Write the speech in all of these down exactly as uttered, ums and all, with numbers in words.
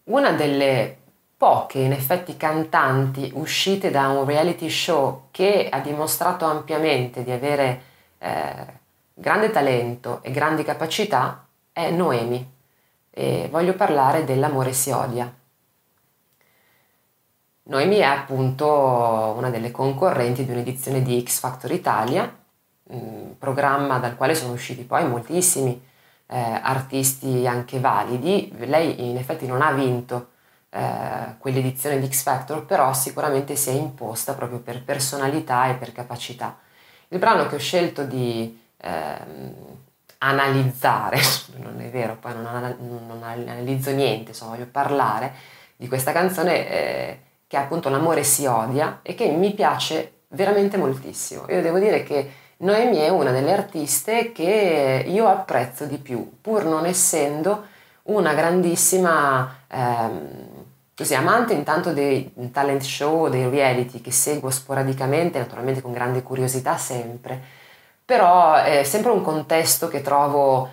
una delle poche, in effetti, cantanti uscite da un reality show che ha dimostrato ampiamente di avere eh, grande talento e grandi capacità è Noemi, e voglio parlare dell'Amore si odia. Noemi è appunto una delle concorrenti di un'edizione di X Factor Italia, un programma dal quale sono usciti poi moltissimi eh, artisti anche validi. Lei in effetti non ha vinto eh, quell'edizione di X Factor, però sicuramente si è imposta proprio per personalità e per capacità. Il brano che ho scelto di ehm, analizzare, non è vero, poi non, anal- non analizzo niente, insomma voglio parlare di questa canzone eh, che è appunto L'amore si odia e che mi piace veramente moltissimo. Io devo dire che Noemi è una delle artiste che io apprezzo di più, pur non essendo una grandissima ehm, così, amante intanto dei talent show, dei reality che seguo sporadicamente, naturalmente con grande curiosità sempre, però è sempre un contesto che trovo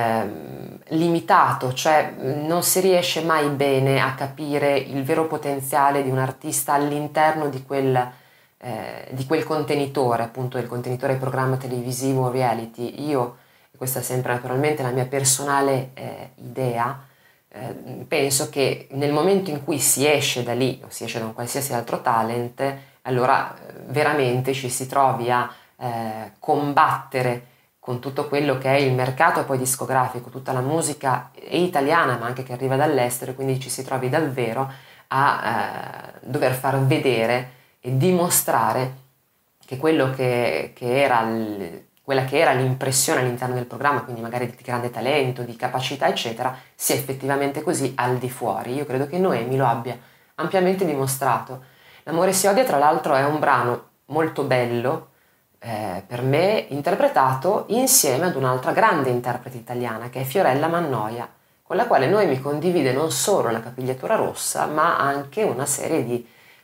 ehm, limitato, cioè non si riesce mai bene a capire il vero potenziale di un artista all'interno di quel, eh, di quel contenitore, appunto il contenitore programma televisivo reality. Io, e questa è sempre naturalmente la mia personale eh, idea, eh, penso che nel momento in cui si esce da lì o si esce da un qualsiasi altro talent, allora eh, veramente ci si trovi a eh, combattere con tutto quello che è il mercato poi discografico, tutta la musica italiana ma anche che arriva dall'estero, quindi ci si trovi davvero a eh, dover far vedere e dimostrare che quello che, che era il, quella che era l'impressione all'interno del programma, quindi magari di grande talento, di capacità eccetera, sia effettivamente così al di fuori. Io credo che Noemi lo abbia ampiamente dimostrato. L'amore si odia tra l'altro è un brano molto bello, eh, per me interpretato insieme ad un'altra grande interprete italiana che è Fiorella Mannoia, con la quale Noemi condivide non solo la capigliatura rossa ma anche una serie di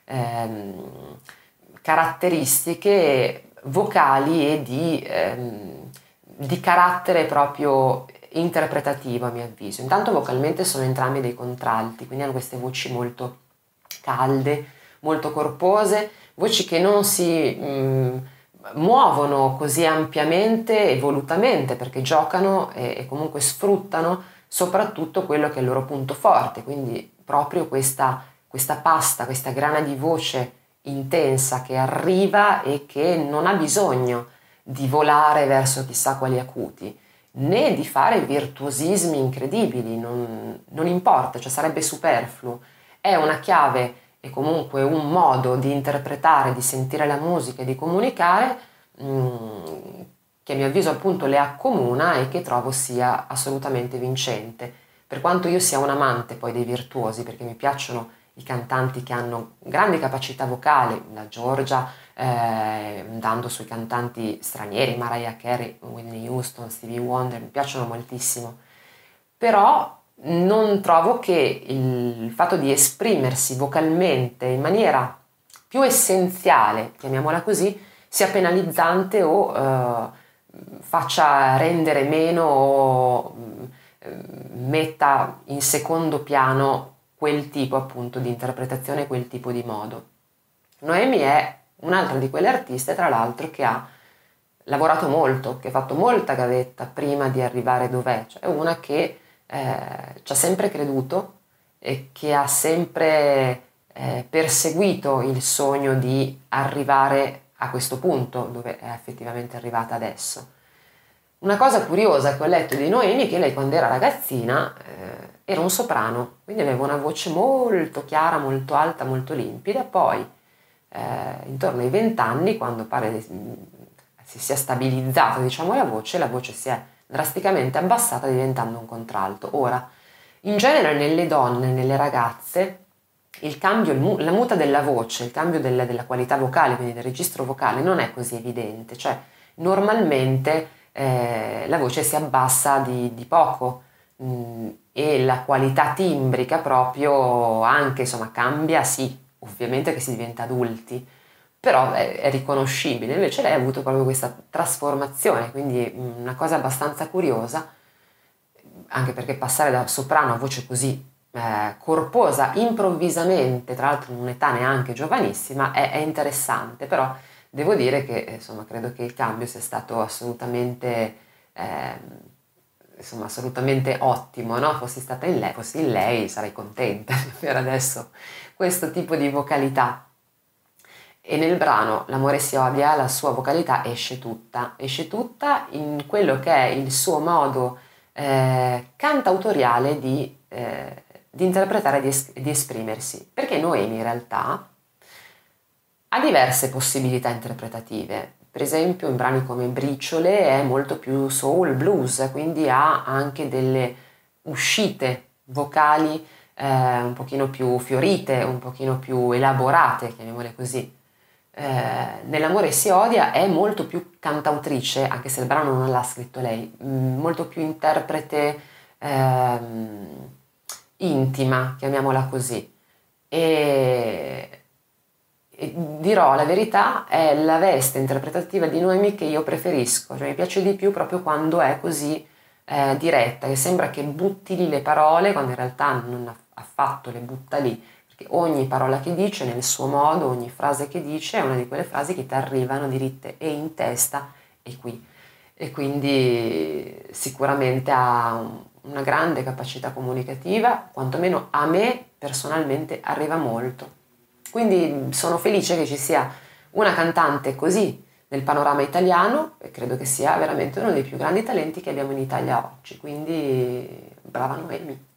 ehm, caratteristiche vocali e di, ehm, di carattere proprio interpretativo a mio avviso. Intanto vocalmente sono entrambi dei contralti, quindi hanno queste voci molto calde, molto corpose, voci che non si mh, muovono così ampiamente e volutamente perché giocano e, e comunque sfruttano soprattutto quello che è il loro punto forte, quindi proprio questa, questa pasta, questa grana di voce intensa che arriva e che non ha bisogno di volare verso chissà quali acuti, né di fare virtuosismi incredibili, non, non importa, cioè sarebbe superfluo. È una chiave e comunque un modo di interpretare, di sentire la musica e di comunicare mh, che a mio avviso appunto le accomuna e che trovo sia assolutamente vincente. Per quanto io sia un amante poi dei virtuosi, perché mi piacciono i cantanti che hanno grandi capacità vocali, la Georgia, eh, andando sui cantanti stranieri, Mariah Carey, Whitney Houston, Stevie Wonder, mi piacciono moltissimo, però non trovo che il fatto di esprimersi vocalmente in maniera più essenziale, chiamiamola così, sia penalizzante o eh, faccia rendere meno o eh, metta in secondo piano quel tipo appunto di interpretazione, quel tipo di modo. Noemi è un'altra di quelle artiste, tra l'altro, che ha lavorato molto, che ha fatto molta gavetta prima di arrivare dov'è, cioè una che eh, ci ha sempre creduto e che ha sempre eh, perseguito il sogno di arrivare a questo punto dove è effettivamente arrivata adesso. Una cosa curiosa che ho letto di Noemi è che lei quando era ragazzina eh, era un soprano, quindi aveva una voce molto chiara, molto alta, molto limpida, poi eh, intorno ai vent'anni, quando pare si sia stabilizzata diciamo la voce, la voce si è drasticamente abbassata diventando un contralto. Ora, in genere nelle donne, nelle ragazze, il cambio, il mu- la muta della voce, il cambio della, della qualità vocale, quindi del registro vocale, non è così evidente, cioè normalmente eh, la voce si abbassa di, di poco mh, e la qualità timbrica proprio anche, insomma, cambia, sì, ovviamente che si diventa adulti, però è, è riconoscibile. Invece lei ha avuto proprio questa trasformazione, quindi una cosa abbastanza curiosa, anche perché passare da soprano a voce così eh, corposa improvvisamente, tra l'altro in un'età neanche giovanissima, è, è interessante, però devo dire che insomma credo che il cambio sia stato assolutamente, eh, insomma, assolutamente ottimo, no? Fossi stata in lei, fossi in lei sarei contenta di avere adesso questo tipo di vocalità. E nel brano L'amore si odia la sua vocalità esce tutta, esce tutta in quello che è il suo modo eh, cantautoriale di, eh, di interpretare e di, es- di esprimersi, perché Noemi in realtà ha diverse possibilità interpretative. Per esempio in brani come Briciole è molto più soul blues, quindi ha anche delle uscite vocali eh, un pochino più fiorite, un pochino più elaborate, chiamiamole così. Eh, Nell'amore si odia è molto più cantautrice, anche se il brano non l'ha scritto lei, mh, molto più interprete ehm, intima, chiamiamola così. E, e dirò la verità, è la veste interpretativa di Noemi che io preferisco, cioè mi piace di più proprio quando è così eh, diretta, che sembra che butti lì le parole, quando in realtà non affatto le butta lì, perché ogni parola che dice nel suo modo, ogni frase che dice è una di quelle frasi che ti arrivano diritte e in testa e qui. E quindi sicuramente ha un- una grande capacità comunicativa, quantomeno a me personalmente arriva molto. Quindi sono felice che ci sia una cantante così nel panorama italiano e credo che sia veramente uno dei più grandi talenti che abbiamo in Italia oggi. Quindi brava Noemi.